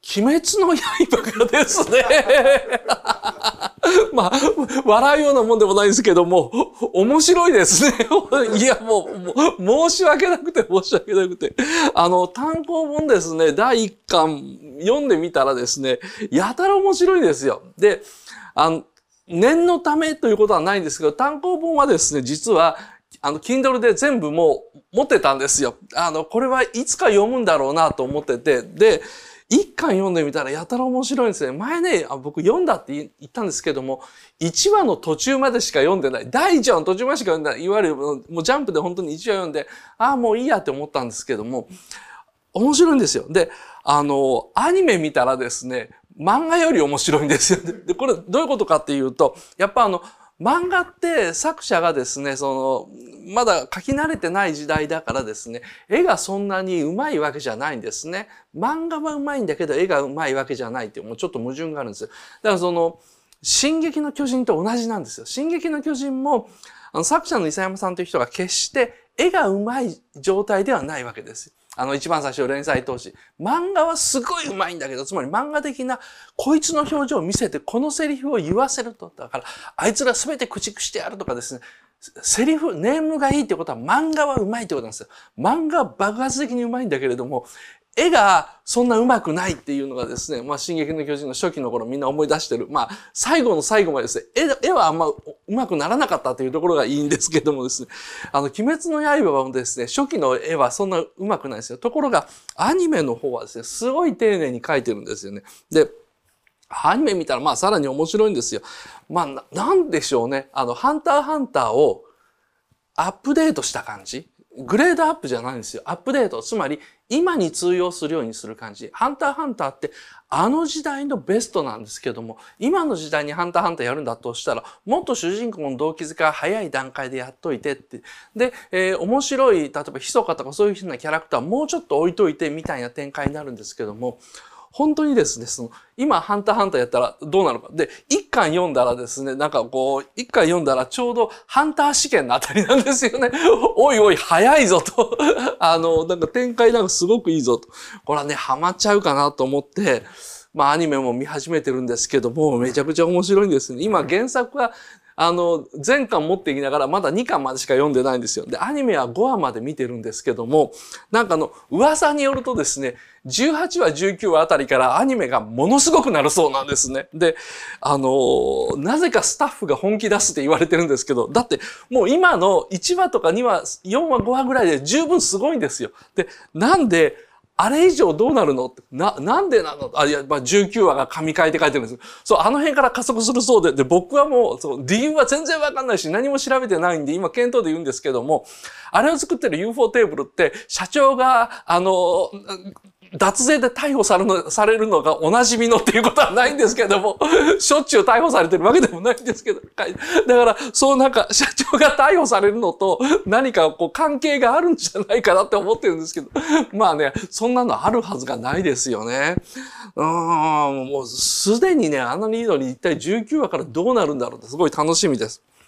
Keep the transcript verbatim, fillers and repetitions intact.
鬼滅の刃がですね、まあ、笑うようなもんでもないんですけども、面白いですね。いや、もう、もう申し訳なくて、申し訳なくて。あの、単行本ですね、だいいっかん読んでみたらですね、やたら面白いですよ。で、あの、念のためということはないんですけど、単行本はですね、実は、あの、Kindle で全部もう持ってたんですよ。あの、これはいつか読むんだろうなと思ってて、で、一巻読んでみたらやたら面白いんですね。前ね、あ僕読んだって言ったんですけども、いちわの途中までしか読んでない。だいいちわの途中までしか読んでない。いわゆるもうジャンプで本当にいちわ読んで、ああ、もういいやって思ったんですけども、面白いんですよ。で、あの、アニメ見たらですね、漫画より面白いんですよ。で、これどういうことかっていうと、やっぱあの、漫画って作者がですね、その、まだ描き慣れてない時代だからですね、絵がそんなに上手いわけじゃないんですね。漫画は上手いんだけど、絵が上手いわけじゃないっていう、もうちょっと矛盾があるんですよ。だからその、進撃の巨人と同じなんですよ。進撃の巨人も、あの、作者の諫山さんという人が決して絵が上手い状態ではないわけですよ。あの、一番最初連載当時。漫画はすごい上手いんだけど、つまり漫画的な、こいつの表情を見せて、このセリフを言わせると。だから、あいつら全て駆逐してやるとかですね。セリフ、ネームがいいってことは漫画は上手いってことなんですよ。漫画は爆発的に上手いんだけれども、絵がそんな上手くないっていうのがですね、まあ、進撃の巨人の初期の頃みんな思い出してる。まあ、最後の最後までですね、絵、絵はあんま上手くならなかったというところがいいんですけどもですね、あの、鬼滅の刃はですね、初期の絵はそんな上手くないですよ。ところが、アニメの方はですね、すごい丁寧に描いてるんですよね。で、アニメ見たらまあさらに面白いんですよ。まあ、な、なんでしょうね。あの、ハンターハンターをアップデートした感じ。グレードアップじゃないんですよ。アップデート。つまり、今に通用するようにする感じ。ハンターハンターって、あの時代のベストなんですけども、今の時代にハンターハンターやるんだとしたら、もっと主人公の動機づけが早い段階でやっといてって。で、えー、面白い、例えば、ヒソカとかそういうふうなキャラクターもうちょっと置いといてみたいな展開になるんですけども、本当にですね、その、今、ハンターハンターやったらどうなるか。で、一巻読んだらですね、なんかこう、一巻読んだらちょうどハンター試験のあたりなんですよね。おいおい、早いぞと。あの、なんか展開なんかすごくいいぞと。これはね、ハマっちゃうかなと思って、まあアニメも見始めてるんですけども、めちゃくちゃ面白いんですね。今、原作は、あの、全巻持っていきながら、まだにかんまでしか読んでないんですよ。で、アニメはごわまで見てるんですけども、なんかあの、噂によるとですね、じゅうはちわ、じゅうきゅうわあたりからアニメがものすごくなるそうなんですね。で、あの、なぜかスタッフが本気出すって言われてるんですけど、だってもう今のいちわとかにわ、よんわ、ごわぐらいで十分すごいんですよ。で、なんで、あれ以上どうなるのな、なんでなのあ、いや、まあ、じゅうきゅうわが神回って書いてるんです。そう、あの辺から加速するそうで、で、僕はもう、そう、理由は全然わかんないし、何も調べてないんで、今、検討で言うんですけども、あれを作ってる ユーフォー テーブルって、社長が、あの、脱税で逮捕されるの、されるのがおなじみのっていうことはないんですけども、しょっちゅう逮捕されてるわけでもないんですけど、だから、そうなんか、社長が逮捕されるのと何かこう関係があるんじゃないかなって思ってるんですけど、まあね、そんなのあるはずがないですよね。うーん、もうすでにね、あのリードに一体じゅうきゅうわからどうなるんだろうってすごい楽しみです。